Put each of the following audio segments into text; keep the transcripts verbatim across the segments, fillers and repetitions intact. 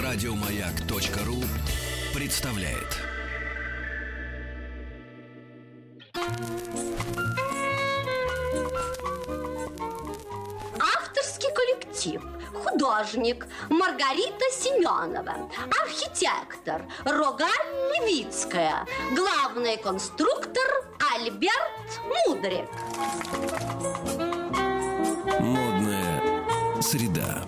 Радиомаяк.ру представляет. Авторский коллектив. Художник Маргарита Семенова. Архитектор Рогаль Левицкая. Главный конструктор Альберт Мудрик. Модная среда.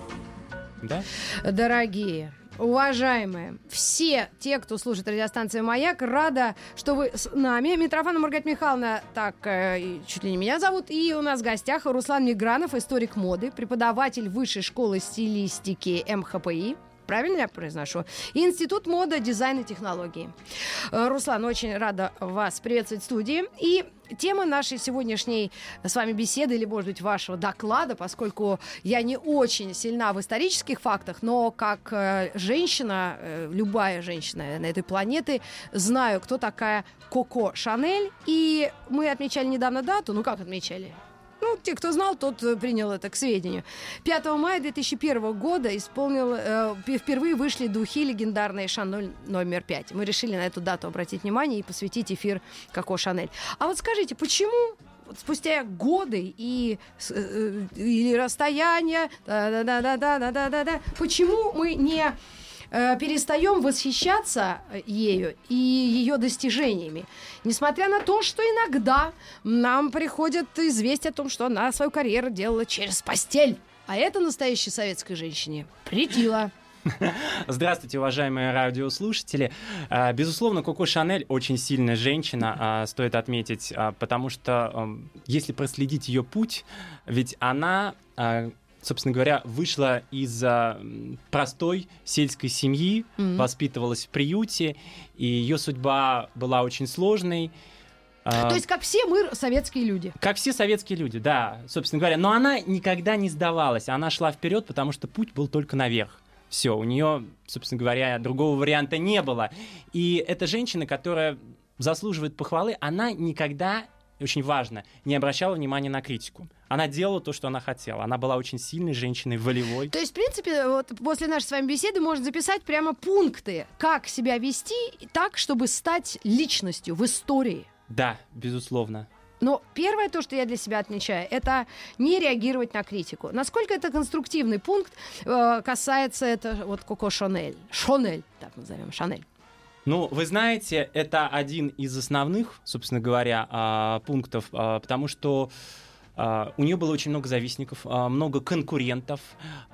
Да? Дорогие, уважаемые, все те, кто слушает радиостанцию «Маяк», рада, что вы с нами. Митрофанова Маргарита Михайловна, так, э, чуть ли не меня зовут. И у нас в гостях Руслан Мигранов, историк моды, преподаватель Высшей школы стилистики эм ха пэ и. Правильно я произношу? И Институт моды, дизайна и технологий. Э, Руслан, очень рада вас приветствовать в студии. И тема нашей сегодняшней с вами беседы, или, может быть, вашего доклада, поскольку я не очень сильна в исторических фактах, но как э, женщина, э, любая женщина на этой планете, знаю, кто такая Коко Шанель. И мы отмечали недавно дату. Ну, как отмечали? Ну, те, кто знал, тот принял это к сведению. пятого мая две тысячи первого года исполнил, э, впервые вышли духи легендарные Шанель номер пять. Мы решили на эту дату обратить внимание и посвятить эфир Коко Шанель. А вот скажите, почему вот спустя годы и э, или расстояние, да-да-да-да-да-да-да, почему мы не перестаем восхищаться ею и ее достижениями, несмотря на то, что иногда нам приходят известия о том, что она свою карьеру делала через постель, а это настоящей советской женщине претило. Здравствуйте, уважаемые радиослушатели. Безусловно, Коко Шанель очень сильная женщина, стоит отметить, потому что если проследить ее путь, ведь она, собственно говоря, вышла из простой сельской семьи, mm-hmm. воспитывалась в приюте, и ее судьба была очень сложной. То есть, как все мы советские люди. Как все советские люди, да, собственно говоря. Но она никогда не сдавалась, она шла вперед, потому что путь был только наверх. Все, у нее, собственно говоря, другого варианта не было. И эта женщина, которая заслуживает похвалы, она никогда, очень важно, не обращала внимания на критику. Она делала то, что она хотела. Она была очень сильной женщиной, волевой. То есть, в принципе, вот после нашей с вами беседы можно записать прямо пункты, как себя вести так, чтобы стать личностью в истории. Да, безусловно. Но первое, то, что я для себя отмечаю, это не реагировать на критику. Насколько это конструктивный пункт э, касается это вот Коко Шанель. Шанель, так назовем, Шанель. Ну, вы знаете, это один из основных, собственно говоря, пунктов, потому что у нее было очень много завистников, много конкурентов,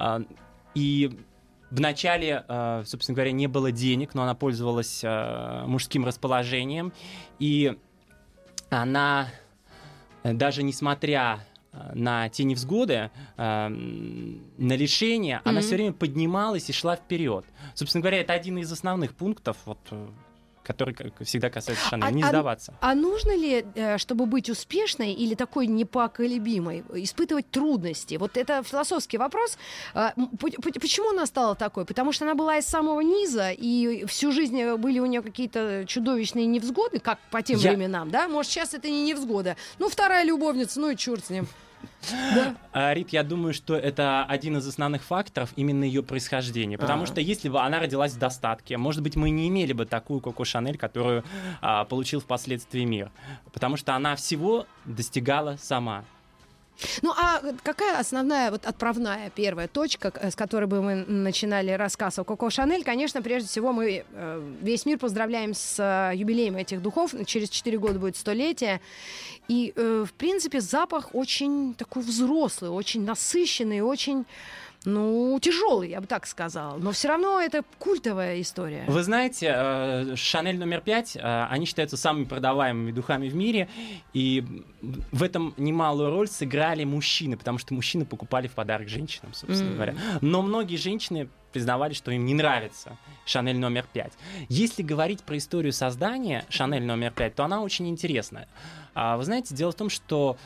и вначале, собственно говоря, не было денег, но она пользовалась мужским расположением, и она, даже несмотря на те невзгоды, э, на лишения, mm-hmm. она все время поднималась и шла вперед. Собственно говоря, это один из основных пунктов, вот, который, как всегда, касается Шанель. А, не сдаваться. А, а нужно ли, чтобы быть успешной или такой непоколебимой, испытывать трудности? Вот это философский вопрос. Почему она стала такой? Потому что она была из самого низа, и всю жизнь были у нее какие-то чудовищные невзгоды, как по тем Я... временам, да? Может, сейчас это не невзгода. Ну, вторая любовница, ну и черт с ним. Да. Рит, я думаю, что это один из основных факторов именно ее происхождения. Потому А-а-а. что если бы она родилась в достатке, может быть, мы не имели бы такую Коко Шанель, которую а, получил впоследствии мир. Потому что она всего достигала сама. Ну, а какая основная, вот отправная первая точка, с которой бы мы начинали рассказ о Коко Шанель? Конечно, прежде всего, мы весь мир поздравляем с юбилеем этих духов. Через четыре года будет столетие. И, в принципе, запах очень такой взрослый, очень насыщенный, очень... Ну, тяжелый, я бы так сказала. Но все равно это культовая история. Вы знаете, Шанель номер пять, они считаются самыми продаваемыми духами в мире. И в этом немалую роль сыграли мужчины, потому что мужчины покупали в подарок женщинам, собственно mm. говоря. Но многие женщины признавали, что им не нравится Шанель номер пять. Если говорить про историю создания Шанель номер пять, то она очень интересная. Вы знаете, дело в том, что...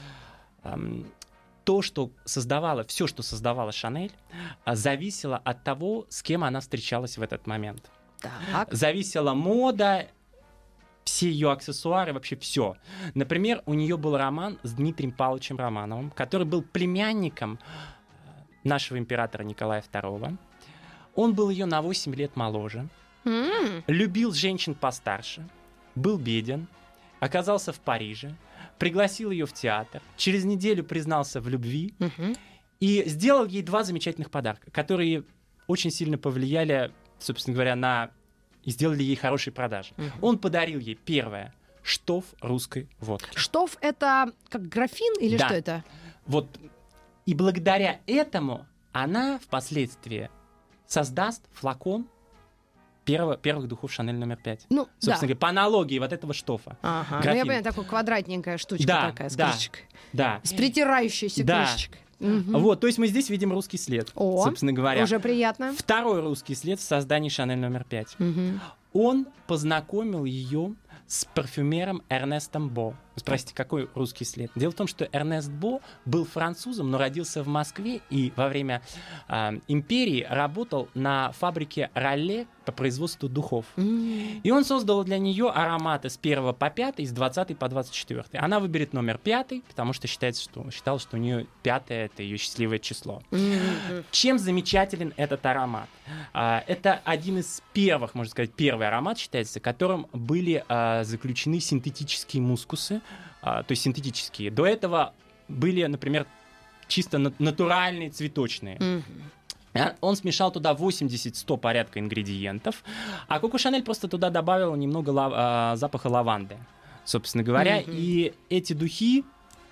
То, что создавала, все, что создавала Шанель, зависело от того, с кем она встречалась в этот момент. Так. Зависела мода, все ее аксессуары, вообще все. Например, у нее был роман с Дмитрием Павловичем Романовым, который был племянником нашего императора Николая второго. Он был ее на восемь лет моложе, М. любил женщин постарше, был беден, оказался в Париже, пригласил ее в театр, через неделю признался в любви Мгм. и сделал ей два замечательных подарка, которые очень сильно повлияли, собственно говоря, на... и сделали ей хорошие продажи. Мгм. Он подарил ей первое — штоф русской водки. Штоф — это как графин или Да. что это? Вот. И благодаря этому она впоследствии создаст флакон первого, первых духов Шанель номер пять. Ну, Собственно да. говоря, по аналогии вот этого штофа. Ага. Ну, я графин. понимаю, такая квадратненькая штучка Да, такая с да. крышечкой. Да. С притирающейся Да. крышечкой. Мгм. Вот, то есть мы здесь видим русский след, О, собственно говоря. уже приятно. Второй русский след в создании Шанель номер пять. Мгм. Он познакомил ее с парфюмером Эрнестом Бо. Спросите, какой русский след? Дело в том, что Эрнест Бо был французом, но родился в Москве и во время а, империи работал на фабрике Ролле по производству духов. М. И он создал для нее ароматы с первого по пятый, с двадцатый по двадцать четвёртый. Она выберет номер пятый, потому что считается, что, считала, что у нее пятое — это ее счастливое число. Мгм. Чем замечателен этот аромат? А, Это один из первых, можно сказать, первый аромат считается, которым были а, заключены синтетические мускусы, а, то есть синтетические. До этого были, например, чисто на- натуральные цветочные. Мгм. А, Он смешал туда восемьдесят-сто порядка ингредиентов, а Коко Шанель просто туда добавил немного лав- а, запаха лаванды, собственно говоря. Мгм. И эти духи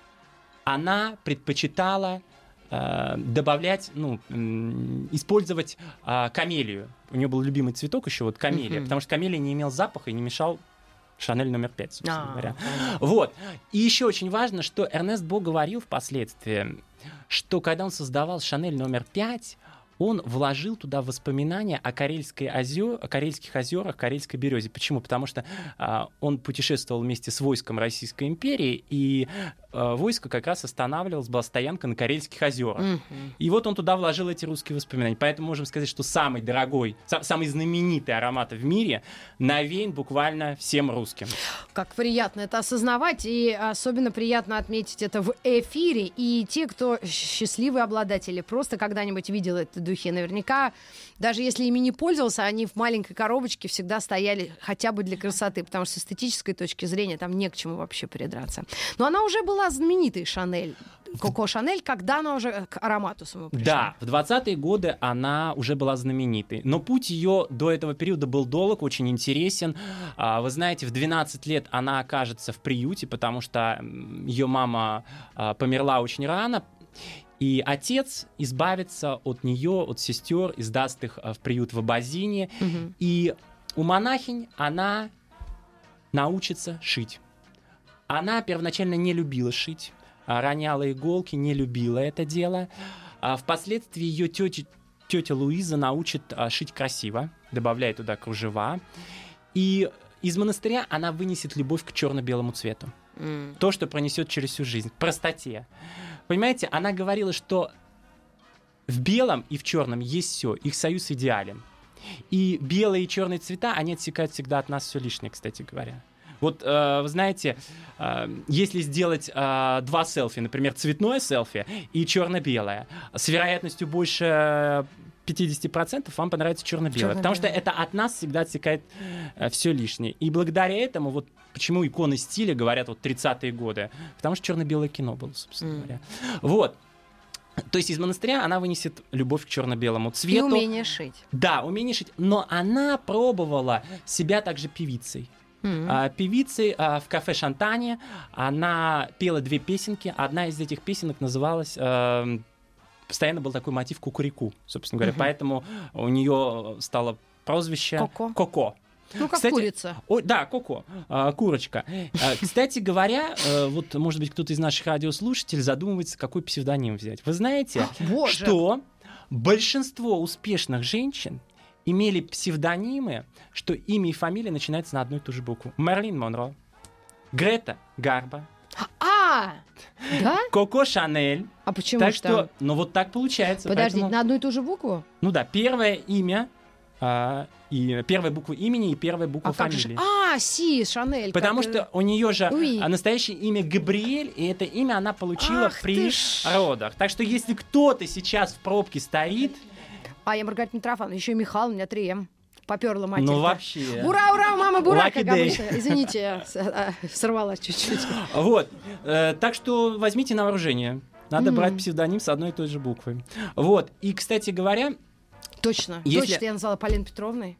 она предпочитала э, добавлять, ну, м, использовать а, камелию. У нее был любимый цветок еще, вот камелия, Мгм. потому что камелия не имел запаха и не мешал Шанель номер пять, собственно А, говоря. понятно. Вот. И еще очень важно, что Эрнест Бо говорил впоследствии, что когда он создавал Шанель номер пять, он вложил туда воспоминания о, Карельской озер, о Карельских озерах, Карельской березе. Почему? Потому что а, он путешествовал вместе с войском Российской империи, и а, войско как раз останавливалось, была стоянка на Карельских озерах. Мгм. И вот он туда вложил эти русские воспоминания. Поэтому можем сказать, что самый дорогой, сам- самый знаменитый аромат в мире навеян буквально всем русским. Как приятно это осознавать, и особенно приятно отметить это в эфире. И те, кто счастливые обладатели, просто когда-нибудь видел эти духи, наверняка, даже если ими не пользовался, они в маленькой коробочке всегда стояли хотя бы для красоты, потому что с эстетической точки зрения там не к чему вообще придраться. Но она уже была знаменитой, Шанель. Коко Шанель, когда она уже к аромату самому пришла? Да, в двадцатые годы она уже была знаменитой, но путь ее до этого периода был долг, очень интересен. А, Вы знаете, в двенадцать лет она окажется в приюте, потому что м, ее мама а, померла очень рано, и отец избавится от нее, от сестер, и сдаст их а, в приют в Абазине. Мгм. И у монахинь она научится шить. Она первоначально не любила шить, а, роняла иголки, не любила это дело. А впоследствии ее тетя, тетя Луиза научит а, шить красиво, добавляя туда кружева. И из монастыря она вынесет любовь к черно-белому цвету. М. То, что пронесет через всю жизнь. К простоте. Понимаете, она говорила, что в белом и в черном есть все. Их союз идеален. И белые и черные цвета, они отсекают всегда от нас все лишнее, кстати говоря. Вот, э, вы знаете, э, если сделать э, два селфи, например, цветное селфи и черно-белое, с вероятностью больше пятьдесят процентов вам понравится черно-белое, потому что Черно-белое. это от нас всегда отсекает все лишнее. И благодаря этому, вот почему иконы стиля говорят вот тридцатые годы, потому что черно-белое кино было, собственно М. говоря. Вот. То есть из монастыря она вынесет любовь к черно-белому И цвету. умение шить. Да, умение шить. Но она пробовала себя также певицей. М. А, певицей а, в кафе Шантане. Она пела две песенки. Одна из этих песенок называлась... э, постоянно был такой мотив кукурику, собственно говоря. Мгм. Поэтому у нее стало прозвище Коко. Коко. Ну, как Кстати, курица. Ой, да, Коко, а, курочка. А, Кстати говоря, э, вот, может быть, кто-то из наших радиослушателей задумывается, какой псевдоним взять. Вы знаете, Боже. что большинство успешных женщин имели псевдонимы, что имя и фамилия начинаются на одну и ту же букву. Мерлин Монро, Грета Гарбо, А, да? Коко Шанель. А почему Так ж что, там? ну вот так получается. Подождите, поэтому- на одну и ту же букву? Ну да, первое имя, а, и первая буква имени и первая буква А как же? фамилии. А, Си, Шанель. Потому как, что у нее же Уи. а, настоящее имя Габриэль, и это имя она получила Ах при ты ж. родах. Так что если кто-то сейчас в пробке стоит, А я Маргарита Митрофановна, еще и Михайловна, у меня три М. Поперла мать. Ну вообще. Ура, ура, мама, бура, Lucky как day. обычно. Извините, я с- а, сорвалась чуть-чуть. Вот. Э, так что возьмите на вооружение. Надо Мгм. брать псевдоним с одной и той же буквой. Вот. И, кстати говоря, Точно, Если- точно я назвала Полиной Петровной.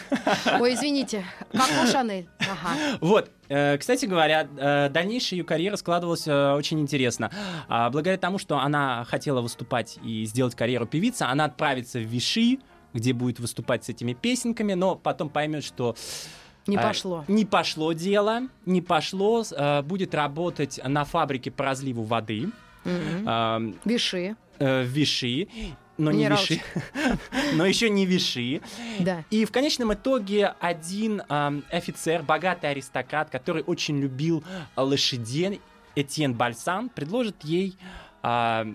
Ой, извините, Коко Шанель. Ага. вот, э, кстати говоря, э, дальнейшая ее карьера складывалась э, очень интересно. А, благодаря тому, что она хотела выступать и сделать карьеру певицы, она отправится в Виши, где будет выступать с этими песенками, но потом поймет, что Не э, пошло. не пошло дело, не пошло, э, будет работать на фабрике по разливу воды Мгм. э, Виши. э, в Виши, но не Минералочка. Виши, но еще не Виши. Да. И в конечном итоге один эм, офицер, богатый аристократ, который очень любил э, лошадей, Этьен Бальсан, предложит ей э,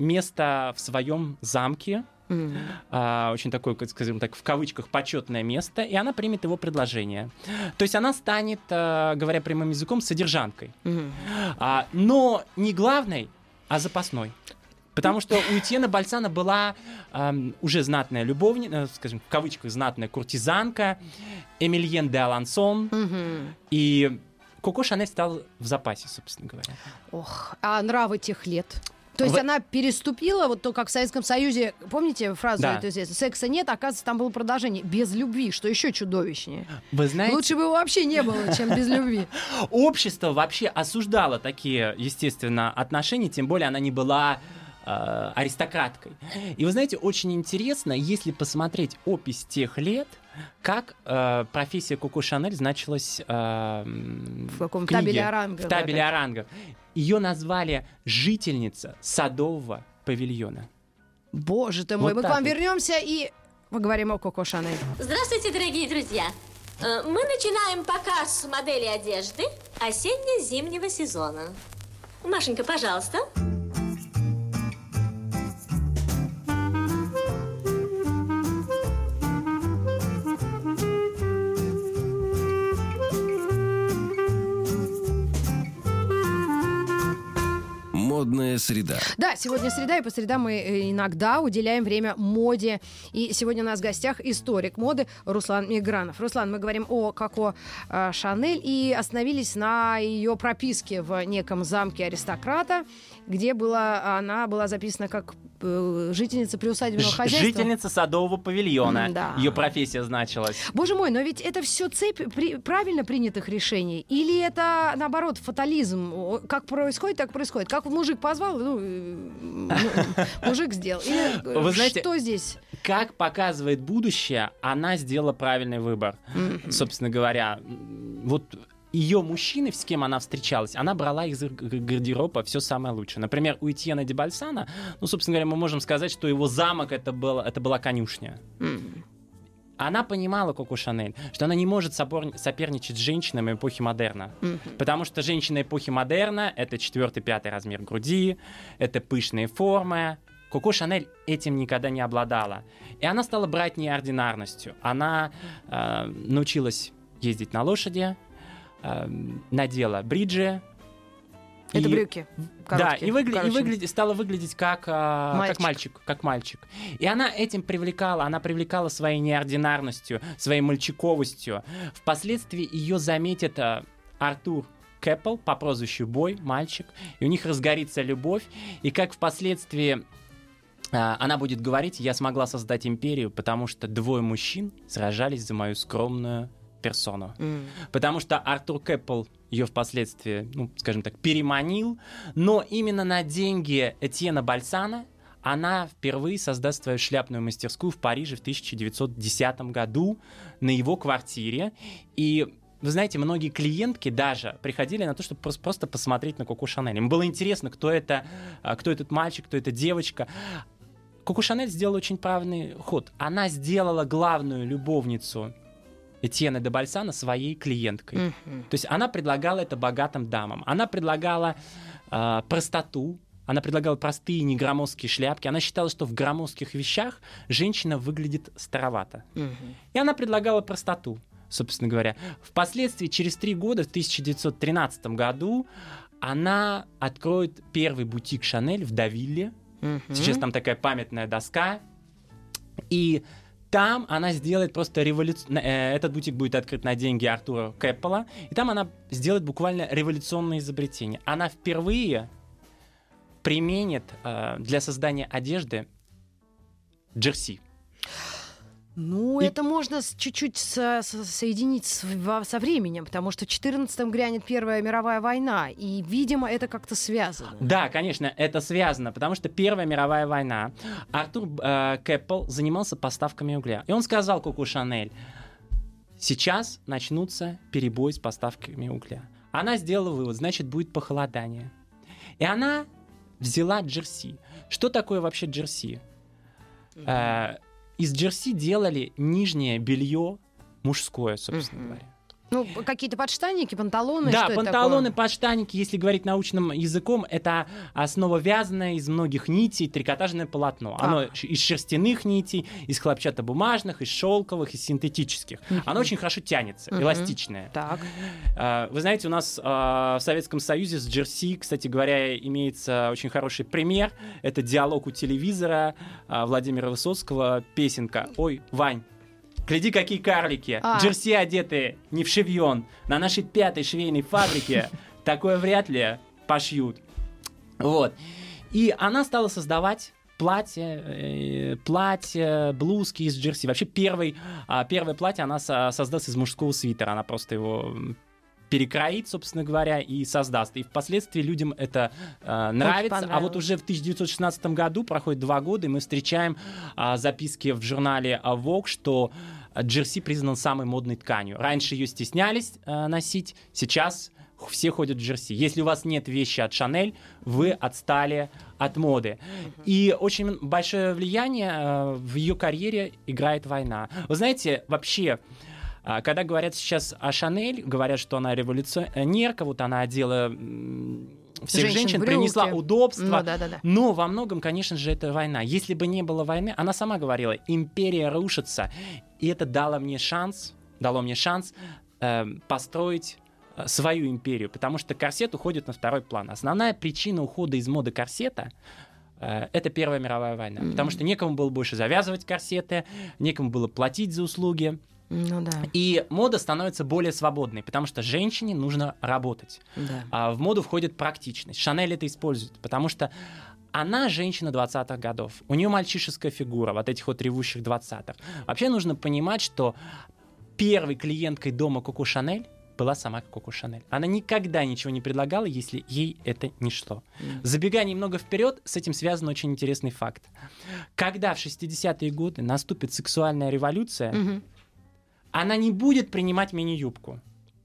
место в своем замке, Мгм. э, очень такое, как скажем так, в кавычках, почетное место, и она примет его предложение. То есть она станет, э, говоря прямым языком, содержанкой. Мгм. А, но не главной, а запасной. Потому что у Этьена Бальсана была эм, уже знатная любовница, скажем, в кавычках, знатная куртизанка, Эмильен де Алансон, Мгм. и Коко Шанель стал в запасе, собственно говоря. Ох, а нравы тех лет? То есть В- она переступила, вот то, как в Советском Союзе, помните фразу Да. эту известную? Секса нет, оказывается, там было продолжение. Без любви, что еще чудовищнее. Вы знаете, Лучше бы его вообще не было, чем без любви. общество вообще осуждало такие, естественно, отношения, тем более она не была э, аристократкой. И вы знаете, очень интересно, если посмотреть опись тех лет, как э, профессия Коко Шанель значилась э, м, В каком книге, табеле о рангах, В да, табеле так. о рангах. Ее назвали жительница садового павильона. Боже ты мой, Вот мы к так вам вот. вернемся и поговорим о Коко Шанель. Здравствуйте, дорогие друзья! Э, Мы начинаем показ модели одежды осенне-зимнего сезона. Машенька, пожалуйста. Модная среда. Да, сегодня среда, и по средам мы э, иногда уделяем время моде. И сегодня у нас в гостях историк моды Руслан Мигранов. Руслан, мы говорим о Коко э, Шанель и остановились на ее прописке в неком замке аристократа, где была, она была записана как э, жительница приусадебного Ж- хозяйства. Жительница садового павильона. М, да. Ее профессия значилась. Боже мой, но ведь это все цепь при- правильно принятых решений? Или это, наоборот, фатализм? О, Как происходит, так происходит. Как мужик позвал, ну, э, ну, мужик сделал. Или, э, Вы знаете, что здесь? Как показывает будущее, она сделала правильный выбор. Собственно говоря, м, вот ее мужчины, с кем она встречалась, она брала из их г- гардероба все самое лучшее. Например, у Этьена де Бальсана, ну, собственно говоря, мы можем сказать, что его замок это, было, это была конюшня. М. Она понимала, Коко Шанель, что она не может сопор- соперничать с женщинами эпохи модерна. Мгм. Потому что женщины эпохи модерна — это четвертый-пятый размер груди, это пышные формы. Коко Шанель этим никогда не обладала. И она стала брать неординарностью. Она э, научилась ездить на лошади, э, надела бриджи. Это и- брюки. Да, короткие, и, выгля- и короче. выгляд- стала выглядеть как, а, как Мальчик. мальчик, как мальчик. И она этим привлекала, она привлекала своей неординарностью, своей мальчиковостью. Впоследствии ее заметит а, Артур Кэппл по прозвищу Бой, мальчик, и у них разгорится любовь. И как впоследствии а, она будет говорить: я смогла создать империю, потому что двое мужчин сражались за мою скромную персону. М. Потому что Артур Кэппл ее впоследствии, ну, скажем так, переманил, но именно на деньги Этьена Бальсана она впервые создаст свою шляпную мастерскую в Париже в тысяча девятьсот десятом году на его квартире. И вы знаете, многие клиентки даже приходили на то, чтобы просто, просто посмотреть на Коко Шанель. Им было интересно, кто это, а, кто этот мальчик, кто эта девочка. Коко Шанель сделала очень правильный ход. Она сделала главную любовницу Этьена де Бальсана своей клиенткой. Мгм. То есть она предлагала это богатым дамам. Она предлагала э, простоту. Она предлагала простые негромоздкие шляпки. Она считала, что в громоздких вещах женщина выглядит старовато. Мгм. И она предлагала простоту, собственно говоря. Впоследствии, через три года, в тысяча девятьсот тринадцатом году, она откроет первый бутик Шанель в Давилле. Мгм. Сейчас там такая памятная доска. И там она сделает просто революцию. Этот бутик будет открыт на деньги Артура Кэппола. И там она сделает буквально революционное изобретение. Она впервые применит э, для создания одежды джерси. Ну, И- это можно с- чуть-чуть со- со- соединить с- во- со временем, потому что в четырнадцатом грянет Первая мировая война, и, видимо, это как-то связано. Да, конечно, это связано, потому что Первая мировая война. Артур э, Кэппл занимался поставками угля. И он сказал Коко Шанель: сейчас начнутся перебои с поставками угля. Она сделала вывод, значит, будет похолодание. И она взяла джерси. Что такое вообще джерси? Э, из джерси делали нижнее белье мужское, собственно Мгм. говоря. Ну, какие-то подштанники, панталоны, Да, что это панталоны, такое? подштанники, если говорить научным языком, это основа вязаная из многих нитей, трикотажное полотно. Оно А. ш- из шерстяных нитей, из хлопчатобумажных, из шелковых, из синтетических. Оно очень хорошо тянется, Мгм. эластичное. Так. А, Вы знаете, у нас а, в Советском Союзе с джерси, кстати говоря, имеется очень хороший пример. Это диалог у телевизора а, Владимира Высоцкого, песенка «Ой, Вань, гляди, какие карлики, А. джерси одеты не в шевьон, на нашей пятой швейной фабрике такое вряд ли пошьют». Вот. И она стала создавать платья, э, платья, блузки из джерси. Вообще первый, а, первое платье она со- создаст из мужского свитера. Она просто его м, перекроит, собственно говоря, и создаст. И впоследствии людям это э, нравится. А вот понравилось. уже в тысяча девятьсот шестнадцатом году, проходит два года, и мы встречаем а, записки в журнале Vogue, что джерси признан самой модной тканью. Раньше ее стеснялись э, носить, сейчас все ходят в джерси. Если у вас нет вещи от Шанель, вы отстали от моды. И очень большое влияние э, в ее карьере играет война. Вы знаете, вообще, а, когда говорят сейчас о Шанель, говорят, что она революционерка, вот она одела м, всех Женщин женщин, в принесла брюки. удобства. Ну, да-да-да. Но во многом, конечно же, это война. Если бы не было войны, она сама говорила, империя рушится. И это дало мне шанс, дало мне шанс э, построить э, свою империю, потому что корсет уходит на второй план. Основная причина ухода из моды корсета э, это Первая мировая война, Мгм. потому что некому было больше завязывать корсеты, некому было платить за услуги. Ну да, И мода становится более свободной, потому что женщине нужно работать. да. А в моду входит практичность. Шанель это использует, потому что она женщина двадцатых годов. У нее мальчишеская фигура, вот этих вот ревущих двадцатых. Вообще нужно понимать, что первой клиенткой дома Коко Шанель была сама Коко Шанель. Она никогда ничего не предлагала, если ей это не шло. Мгм. Забегая немного вперед, с этим связан очень интересный факт. Когда в шестидесятые годы наступит сексуальная революция, Мгм. она не будет принимать мини-юбку.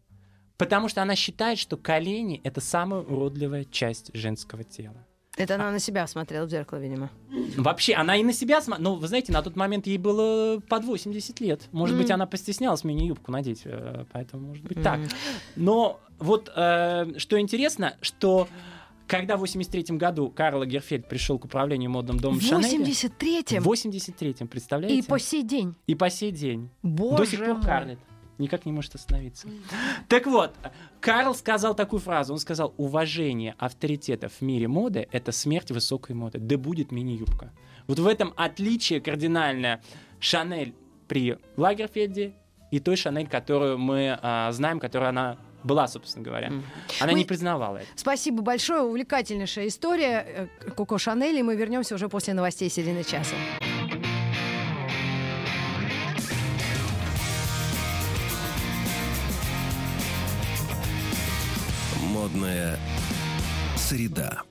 Потому что она считает, что колени — это самая уродливая часть женского тела. Это она на себя смотрела в зеркало, видимо. Вообще, она и на себя смотрела. Ну, вы знаете, на тот момент ей было под восемьдесят лет. Может быть, Мгм. она постеснялась мини-юбку надеть. э, Поэтому, может быть, так. Мгм. Но вот э, что интересно, что когда в восемьдесят третьем году Карл Лагерфельд пришел к управлению модным домом В Шанель... восемьдесят третьем? В восемьдесят третьем, представляете? И по сей день. И по сей день. Боже До сих пор мой. карлит. Никак не может остановиться. Так вот, Карл сказал такую фразу. Он сказал: уважение авторитетов в мире моды — это смерть высокой моды. Да будет мини-юбка. Вот в этом отличие кардинальное Шанель при Лагерфельде и той Шанель, которую мы а, знаем, которая она была, собственно говоря. Мгм. Она Мы- не признавала это. Спасибо большое, увлекательнейшая история э, Коко Шанель, и мы вернемся уже после новостей середины часа. Модная среда.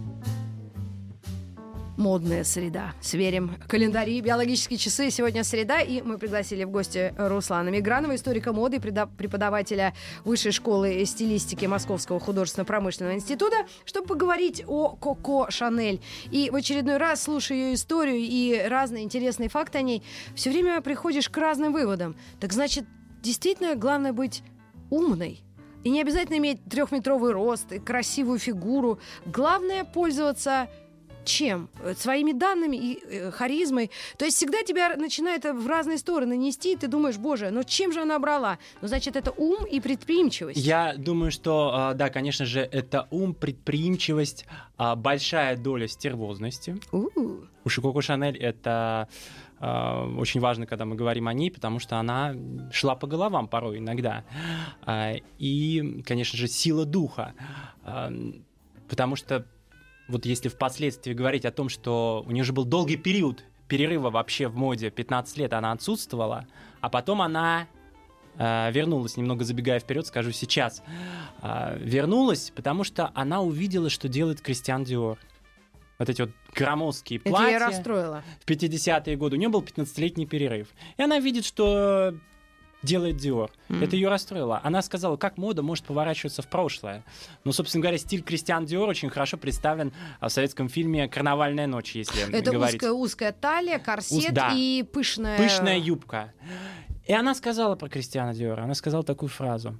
Модная среда. Сверим календари, биологические часы. Сегодня среда, и мы пригласили в гости Руслана Мигранова, историка моды, преда- преподавателя Высшей школы стилистики Московского художественно-промышленного института, чтобы поговорить о Коко Шанель. И в очередной раз, слушая ее историю и разные интересные факты о ней, все время приходишь к разным выводам. Так значит, действительно главное быть умной. И не обязательно иметь трехметровый рост и красивую фигуру. Главное пользоваться чем? Э, Своими данными и э, харизмой. То есть всегда тебя начинает в разные стороны нести, и ты думаешь: боже, ну чем же она брала? Ну, значит, это ум и предприимчивость. Я думаю, что, а, да, конечно же, это ум, предприимчивость, а, большая доля стервозности. У-у. У Коко Шанель это э, очень важно, когда мы говорим о ней, потому что она шла по головам порой иногда. Э, и, конечно же, сила духа. Э, потому что вот если впоследствии говорить о том, что у нее же был долгий период перерыва вообще в моде, пятнадцать лет она отсутствовала, а потом она э, вернулась, немного забегая вперед, скажу сейчас, э, вернулась, потому что она увидела, что делает Кристиан Диор. Вот эти вот громоздкие платья. Это ее расстроило. В пятидесятые годы. У нее был пятнадцатилетний перерыв. И она видит, что делает Диор. Mm. Это ее расстроило. Она сказала, как мода может поворачиваться в прошлое. Ну, собственно говоря, стиль Кристиан Диор очень хорошо представлен в советском фильме «Карнавальная ночь», если это говорить. Это узкая, узкая талия, корсет Уз... да. и пышная... Пышная юбка. И она сказала про Кристиана Диора, она сказала такую фразу.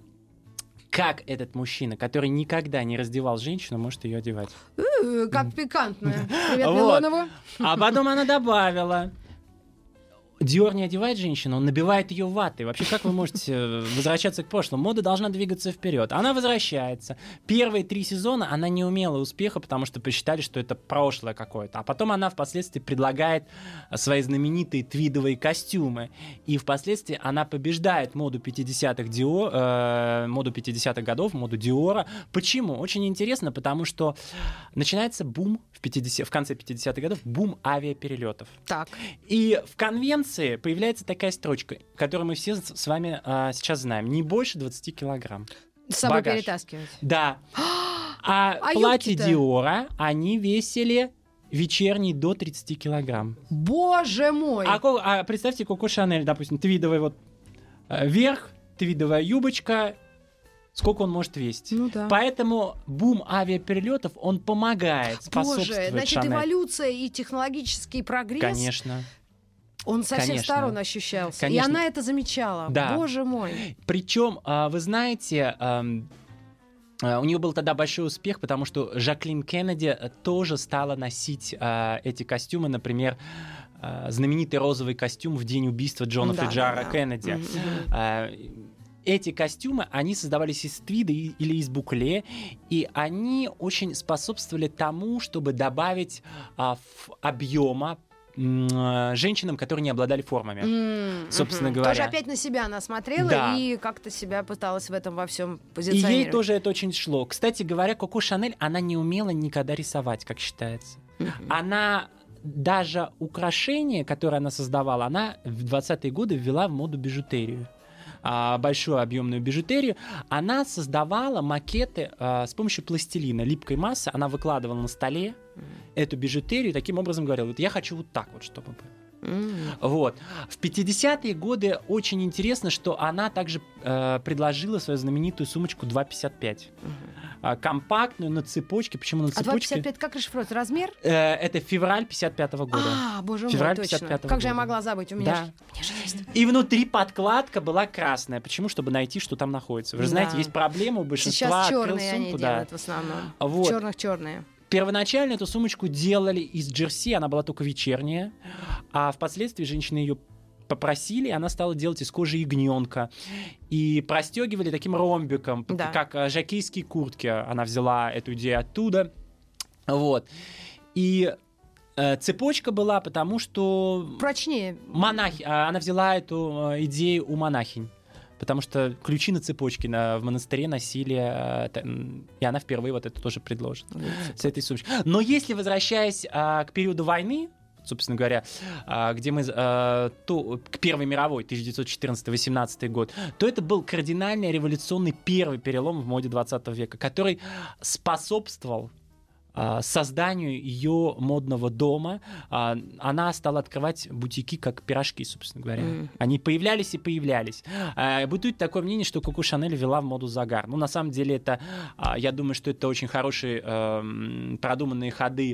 Как этот мужчина, который никогда не раздевал женщину, может ее одевать? Как пикантно. Привет, Милонову. А потом она добавила. Диор не одевает женщину, он набивает ее ватой. Вообще, как вы можете возвращаться к прошлому? Мода должна двигаться вперед. Она возвращается. Первые три сезона она не умела успеха, потому что посчитали, что это прошлое какое-то. А потом она впоследствии предлагает свои знаменитые твидовые костюмы. И впоследствии она побеждает моду пятидесятых, Диор, э, моду пятидесятых годов, моду Диора. Почему? Очень интересно, потому что начинается бум в, пятидесятых, в конце пятидесятых годов, бум авиаперелетов. Так. И в конвенции появляется такая строчка, которую мы все с вами а, сейчас знаем. Не больше двадцати килограмм. С собой багаж. Перетаскивать. Да. А, а платья Диора, они весили вечерние до тридцати килограмм. Боже мой! А, а представьте, Коко Шанель, допустим, твидовый вот верх, твидовая юбочка. Сколько он может весить. Ну, да. Поэтому бум авиаперелетов, он помогает, способствует Боже, значит, Шанель. Эволюция и технологический прогресс... Конечно. Он со всех Конечно. сторон ощущался. Конечно. И она это замечала. Да. Боже мой. Причем, вы знаете, у нее был тогда большой успех, потому что Жаклин Кеннеди тоже стала носить эти костюмы. Например, знаменитый розовый костюм в день убийства Джона да, Фиджара да. Кеннеди. Mm-hmm. Эти костюмы, они создавались из твида или из букле, и они очень способствовали тому, чтобы добавить объема женщинам, которые не обладали формами, mm-hmm. собственно говоря. Тоже опять на себя она смотрела да. и как-то себя пыталась в этом во всем позиционировать. И ей тоже это очень шло. Кстати говоря, Коко Шанель, она не умела никогда рисовать, как считается. Mm-hmm. Она даже украшения, которые она создавала, она в двадцатые годы ввела в моду бижутерию. Большую объемную бижутерию, она создавала макеты а, с помощью пластилина, липкой массы, она выкладывала на столе mm. эту бижутерию и таким образом говорила, вот я хочу вот так вот, чтобы было. Mm. Вот. В пятидесятые годы очень интересно, что она также э, предложила свою знаменитую сумочку два пятьдесят пять. Mm-hmm. Компактную, на цепочке. Почему на цепочке? А два пятьдесят пять как расшифровать? Размер? Э, это февраль пятьдесят пятого года. А, боже мой, февраль точно. Как года. же я могла забыть? У меня, да. же, у меня же есть. И внутри подкладка была красная. Почему? Чтобы найти, что там находится. Вы же да. знаете, есть проблема у большинства. Сейчас черные сумку, они да. делают в основном. Вот. В черных черные. Первоначально эту сумочку делали из джерси, она была только вечерняя, а впоследствии женщины ее попросили, и она стала делать из кожи ягненка. И простегивали таким ромбиком, да. как жокейские куртки. Она взяла эту идею оттуда. Вот. И э, цепочка была, потому что... Прочнее. Монахи... Она взяла эту э, идею у монахинь. Потому что ключи на цепочке на, в монастыре носили, э, и она впервые вот это тоже предложит mm-hmm. с этой сумочкой. Но если, возвращаясь э, к периоду войны, собственно говоря, э, где мы, э, то, к Первой мировой, тысяча девятьсот четырнадцатый — восемнадцатый год, то это был кардинальный революционный первый перелом в моде двадцатого века, который способствовал созданию ее модного дома. Она стала открывать бутики как пирожки, собственно говоря. Mm. Они появлялись и появлялись. Бытует такое мнение, что Коко Шанель ввела в моду загар. Ну, на самом деле, это, я думаю, что это очень хорошие продуманные ходы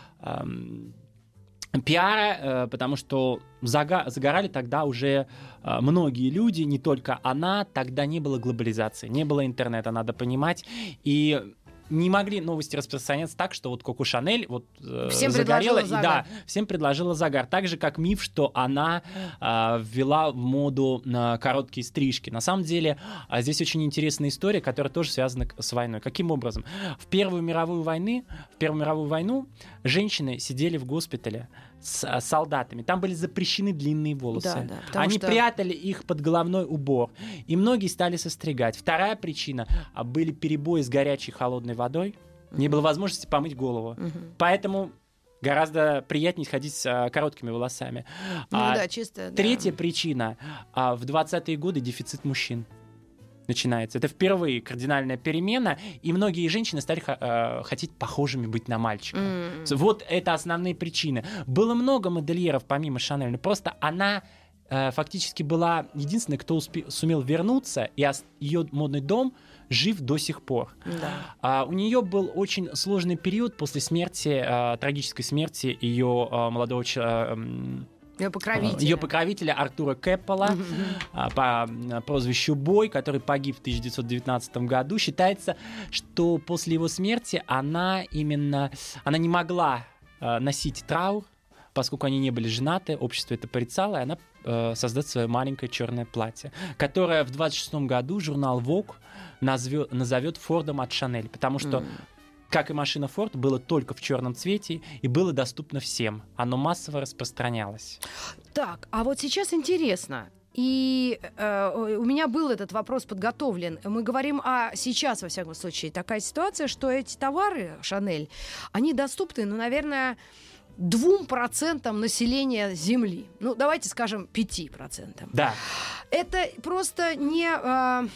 пиара, потому что загорали тогда уже многие люди, не только она. Тогда не было глобализации, не было интернета, надо понимать. И не могли новости распространяться так, что вот Коко Шанель вот всем загорела, и да, всем предложила загар. Так же, как миф, что она э, ввела в моду э, короткие стрижки. На самом деле, э, здесь очень интересная история, которая тоже связана с войной. Каким образом? В Первую мировую войну, в Первую мировую войну женщины сидели в госпитале с солдатами. Там были запрещены длинные волосы. Да, да, потому Они что- прятали их под головной убор. И многие стали состригать. Вторая причина а, были перебои с горячей и холодной водой. Не было возможности помыть голову. Поэтому гораздо приятнее ходить с а, короткими волосами. Ну А да, чисто. да. Третья причина. а, В двадцатые годы дефицит мужчин начинается. Это впервые кардинальная перемена, и многие женщины стали х- э, хотеть похожими быть на мальчика. М. Вот это основные причины. Было много модельеров помимо Шанель, но просто она э, фактически была единственной, кто успе- сумел вернуться, и ос- ее модный дом жив до сих пор. Да. А, у нее был очень сложный период после смерти, э, трагической смерти ее э, молодого человека. Ее покровитель. Ее покровителя Артура Кэппола а, по м, прозвищу Бой, который погиб в тысяча девятьсот девятнадцатом году. Считается, что после его смерти она именно она не могла а, носить траур, поскольку они не были женаты, общество это порицало, и она э, создает свое маленькое черное платье, которое в двадцать шестом году журнал Vogue назовет, назовет Фордом от Шанель, потому что как и машина Ford, было только в черном цвете и было доступно всем. Оно массово распространялось. Так, а вот сейчас интересно. И э, у меня был этот вопрос подготовлен. Мы говорим о сейчас, во всяком случае, такая ситуация, что эти товары Шанель, они доступны, ну, наверное, двум процентам населения Земли. Ну, давайте скажем, пяти процентам. Да. Это просто не... Э,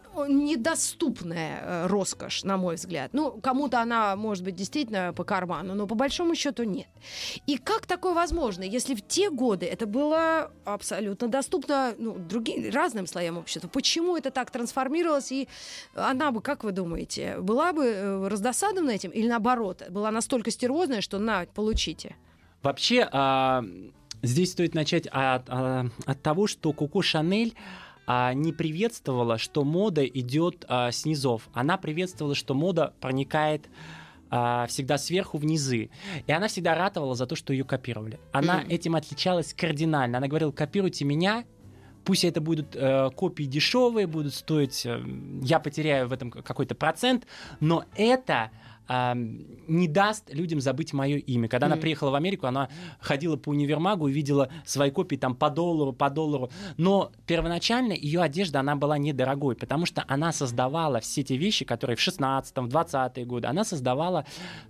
недоступная э, роскошь, на мой взгляд. Ну, кому-то она, может быть, действительно по карману, но по большому счету нет. И как такое возможно, если в те годы это было абсолютно доступно ну, другим, разным слоям общества? Почему это так трансформировалось? И она бы, как вы думаете, была бы э, раздосадована этим или наоборот, была настолько стервозная, что на, получите? Вообще, а, здесь стоит начать от, а, от того, что Коко Шанель а, не приветствовала, что мода идет а, с низов. Она приветствовала, что мода проникает а, всегда сверху в низы. И она всегда ратовала за то, что ее копировали. Она mm. этим отличалась кардинально. Она говорила: копируйте меня, пусть это будут э, копии дешевые, будут стоить, э, я потеряю в этом какой-то процент, но это э, не даст людям забыть мое имя. Когда mm. она приехала в Америку, она ходила по универмагу и видела свои копии там по доллару, по доллару. Но первоначально ее одежда, она была недорогой, потому что она создавала все те вещи, которые в шестнадцатом, в двадцатые годы, она создавала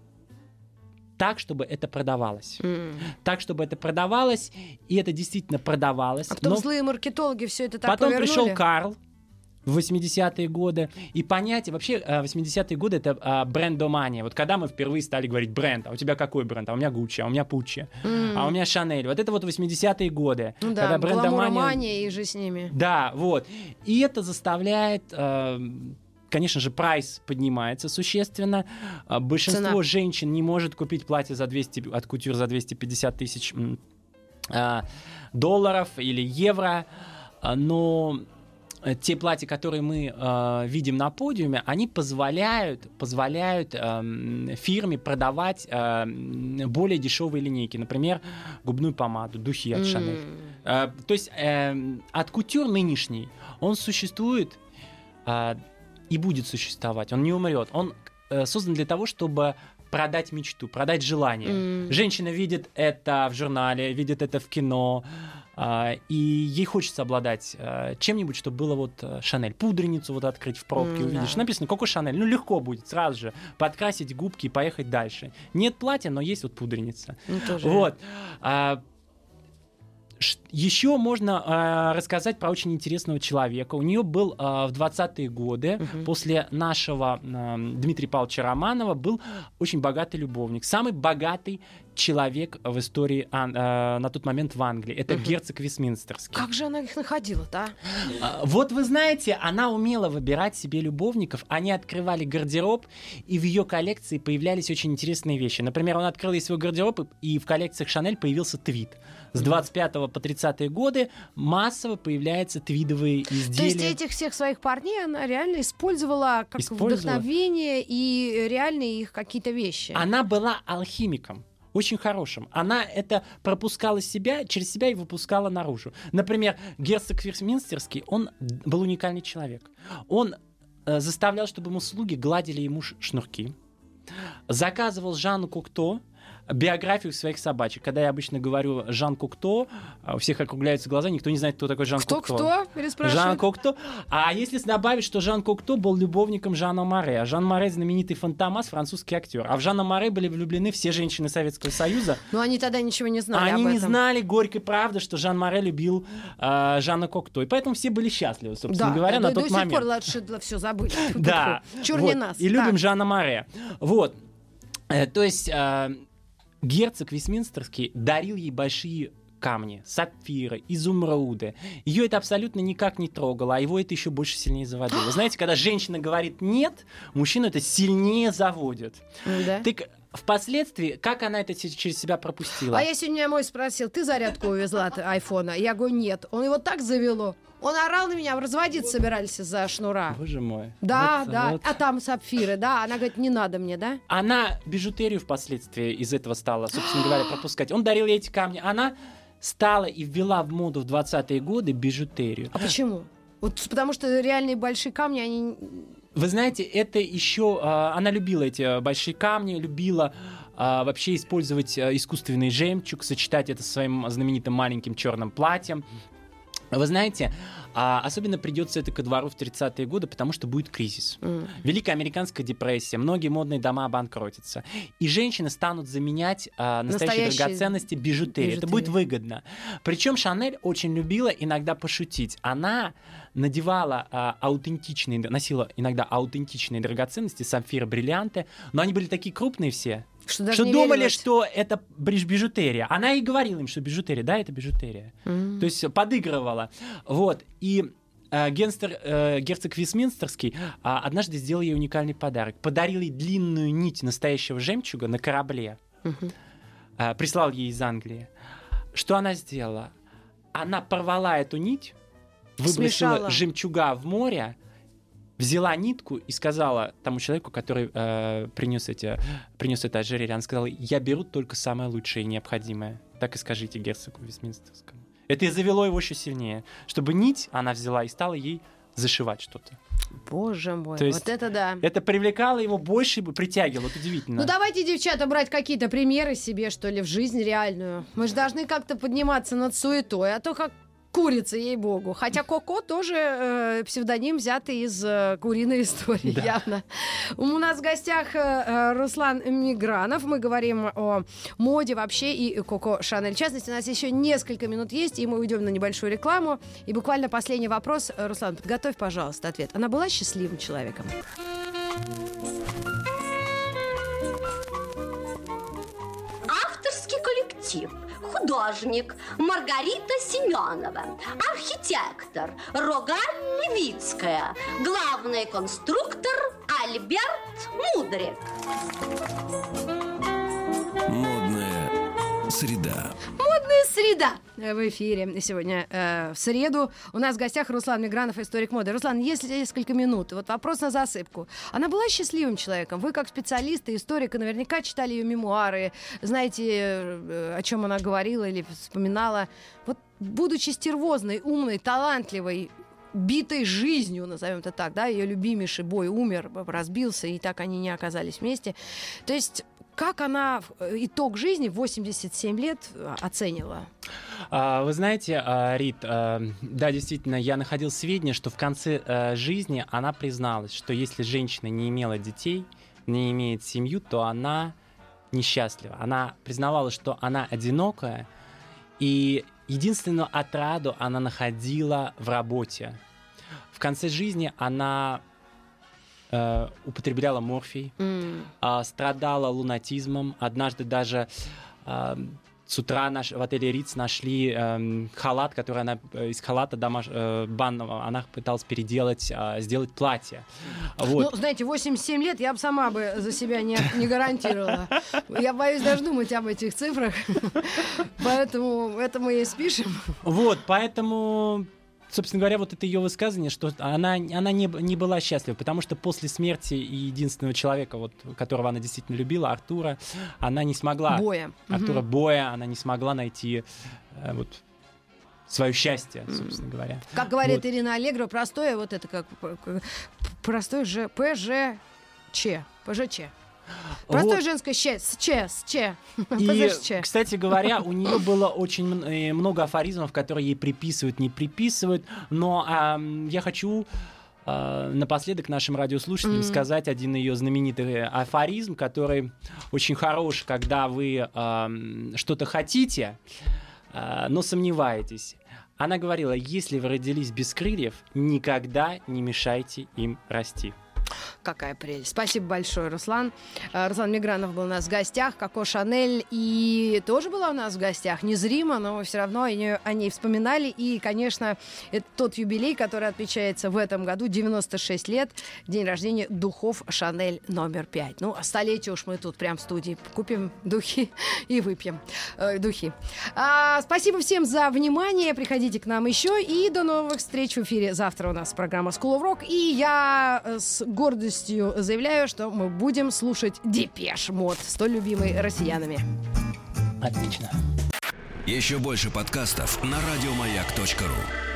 так, чтобы это продавалось. Mm. Так, чтобы это продавалось, и это действительно продавалось. А потом но злые маркетологи все это так потом повернули? пришел Карл в восьмидесятые годы, и понятие, вообще восьмидесятые годы это а, брендомания. Вот когда мы впервые стали говорить бренд, а у тебя какой бренд? А у меня Гуччи, а у меня Пуччи, mm. а у меня Шанель. Вот это вот восьмидесятые годы. Ну да, гламуромания и же с ними. Да, вот. И это заставляет... А, конечно же, прайс поднимается существенно. Большинство Цена. женщин не может купить платье за двести, от кутюр за двести пятьдесят тысяч э, долларов или евро. Но те платья, которые мы э, видим на подиуме, они позволяют, позволяют э, фирме продавать э, более дешевые линейки. Например, губную помаду, духи от Шанель. Mm. Э, то есть э, от кутюр нынешний, он существует... Э, и будет существовать, он не умрет. Он э, создан для того, чтобы продать мечту, продать желание. Mm. Женщина видит это в журнале, видит это в кино, э, и ей хочется обладать э, чем-нибудь, чтобы было вот э, Шанель. Пудреницу вот открыть в пробке, mm, увидишь. Да. Написано Коко Шанель. Ну, легко будет сразу же подкрасить губки и поехать дальше. Нет платья, но есть вот пудреница. Mm, вот. А, еще можно э, рассказать про очень интересного человека. У нее был э, в двадцатые годы, uh-huh. после нашего э, Дмитрия Павловича Романова, был очень богатый любовник. Самый богатый человек в истории э, на тот момент в Англии. Это uh-huh. герцог Вестминстерский. Как же она их находила-то, а? Вот вы знаете, она умела выбирать себе любовников. Они открывали гардероб, и в ее коллекции появлялись очень интересные вещи. Например, он открыл ей свой гардероб, и в коллекциях Шанель появился твид. С двадцать пятого по тридцатые годы массово появляются твидовые изделия. То есть этих всех своих парней она реально использовала как использовала. вдохновение и реально их какие-то вещи. Она была алхимиком. Очень хорошим. Она это пропускала себя, через себя и выпускала наружу. Например, герцог Вестминстерский, он был уникальный человек. Он э, заставлял, чтобы ему слуги гладили ему шнурки. Заказывал Жанну Кокто биографию своих собачек. Когда я обычно говорю Жан Кокто, у всех округляются глаза, никто не знает, кто такой Жан Кокто. Кто-кто? Переспрашивает. Жан Кокто. А если добавить, что Жан Кокто был любовником Жана Море, а Жан Море знаменитый Фантомас, французский актер. А в Жана Море были влюблены все женщины Советского Союза. Но они тогда ничего не знали Они об этом. не знали горькой правды, что Жан Море любил э, Жана Кокто. И поэтому все были счастливы, собственно Да, говоря, да, на до тот сих момент. пор лучше все забыли. Да. Чур Вот. не нас. И любим Так. Жана Море. Вот. Э, то есть э, герцог Вестминстерский дарил ей большие камни, сапфиры, изумруды. Ее это абсолютно никак не трогало, а его это еще больше сильнее заводило. Вы знаете, когда женщина говорит «нет», мужчину это сильнее заводит. Да. Так впоследствии, как она это се- через себя пропустила? А я сегодня мой спросил, ты зарядку увезла от айфона? Я говорю, нет. Он его так завело. Он орал на меня, разводиться собирались из-за шнура. Боже мой. Да, Вот, да. вот. А там сапфиры, да. Она говорит, не надо мне, да? Она бижутерию впоследствии из этого стала, собственно говоря, пропускать. Он дарил ей эти камни. Она стала и ввела в моду в двадцатые годы бижутерию. А почему? Вот потому что реальные большие камни, они... Вы знаете, это еще... а, она любила эти большие камни, любила а, вообще использовать а, искусственный жемчуг, сочетать это со своим знаменитым маленьким черным платьем. Вы знаете, а, особенно придется это ко двору в тридцатые годы, потому что будет кризис. М. Великая американская депрессия, многие модные дома обанкротятся. И женщины станут заменять а, настоящие, Настоящие драгоценности бижутерией. Это бижутерии. будет выгодно. Причем Шанель очень любила иногда пошутить. Она надевала а, аутентичные, носила иногда аутентичные драгоценности, сапфиры, бриллианты, но они были такие крупные все, Что, даже что не думали, верилось. что это бриж- бижутерия. Она и говорила им, что бижутерия, да, это бижутерия. М. То есть подыгрывала. Вот. И э, генстер, э, герцог Вестминстерский а, однажды сделал ей уникальный подарок. Подарил ей длинную нить настоящего жемчуга на корабле. Мгм. А, прислал ей из Англии. Что она сделала? Она порвала эту нить, выбросила Смешала. жемчуга в море, взяла нитку и сказала тому человеку, который э, принес, эти, принес это ожерелье, она сказала, я беру только самое лучшее и необходимое. Так и скажите герцогу Вестминстерскому. Это и завело его еще сильнее. Чтобы нить она взяла и стала ей зашивать что-то. Боже мой, То есть вот это да. Это привлекало его больше, притягивало. Вот удивительно. Ну давайте, девчата, брать какие-то примеры себе, что ли, в жизнь реальную. Мы же должны как-то подниматься над суетой, а то как курица, ей-богу. Хотя Коко тоже э, псевдоним взятый из э, куриной истории, Да. явно. У нас в гостях э, э, Руслан Мигранов. Мы говорим о моде вообще и Коко Шанель. В частности, у нас еще несколько минут есть, и мы уйдем на небольшую рекламу. И буквально последний вопрос. Руслан, подготовь, пожалуйста, ответ. Она была счастливым человеком? Авторский коллектив. Художник Маргарита Семенова. Архитектор Рогаль Левицкая. Главный конструктор Альберт Мудрик. Модная среда. Модная среда в эфире сегодня э, в среду. У нас в гостях Руслан Мигранов, историк моды. Руслан, есть несколько минут. Вот вопрос на засыпку. Она была счастливым человеком? Вы, как специалист и историк, наверняка читали ее мемуары, знаете, э, о чем она говорила или вспоминала. Вот, будучи стервозной, умной, талантливой, битой жизнью, назовем это так, да, ее любимейший бой умер, разбился, и так они не оказались вместе. То есть как она итог жизни в восемьдесят семь лет оценила? А, Вы знаете, а, Рит, а, да, действительно, я находил сведения, что в конце а, жизни она призналась, что если женщина не имела детей, не имеет семью, то она несчастлива. Она признавала, что она одинокая, и единственную отраду она находила в работе. В конце жизни она э, употребляла морфий, Mm. а, страдала лунатизмом. Однажды даже а, с утра наш, в отеле Риц нашли эм, халат, который она э, из халата домаш, э, банного она пыталась переделать, а, сделать платье. Вот. Ну, знаете, восемьдесят семь лет я бы сама бы за себя не, не гарантировала. Я боюсь даже думать об этих цифрах. Поэтому это мы и спишем. Вот, поэтому, собственно говоря, вот это ее высказывание, что она, она не, не была счастлива, потому что после смерти единственного человека, вот, которого она действительно любила, Артура, она не смогла... Боя. Артура Мгм. Боя, она не смогла найти э, вот, свое счастье, собственно говоря. Как говорит Вот. Ирина Аллегрова, простое вот это как п- к- простое же ПЖЧ. ПЖЧ. Простое Вот. женское «че», с «че», с «че». И, «че». кстати говоря, у нее было очень м- э, много афоризмов, которые ей приписывают, не приписывают. Но ам, я хочу а, напоследок нашим радиослушателям Мгм. сказать один ее знаменитый афоризм, который очень хорош, когда вы ам, что-то хотите, а, но сомневаетесь. Она говорила: если вы родились без крыльев, никогда не мешайте им расти. Какая прелесть. Спасибо большое, Руслан. Э, Руслан Мигранов был у нас в гостях. Коко Шанель и тоже была у нас в гостях. Незримо, но все равно о ней, о ней вспоминали. И, конечно, это тот юбилей, который отмечается в этом году. девяносто шесть лет. День рождения духов Шанель номер пять. Ну, а столетие уж мы тут прям в студии купим духи и выпьем э, духи. А, спасибо всем за внимание. Приходите к нам еще. И до новых встреч в эфире. Завтра у нас программа School of Rock. И я э, с гордостью заявляю, что мы будем слушать Депеш Мод, столь любимый россиянами. Отлично. Еще больше подкастов на радиомаяк точка ру.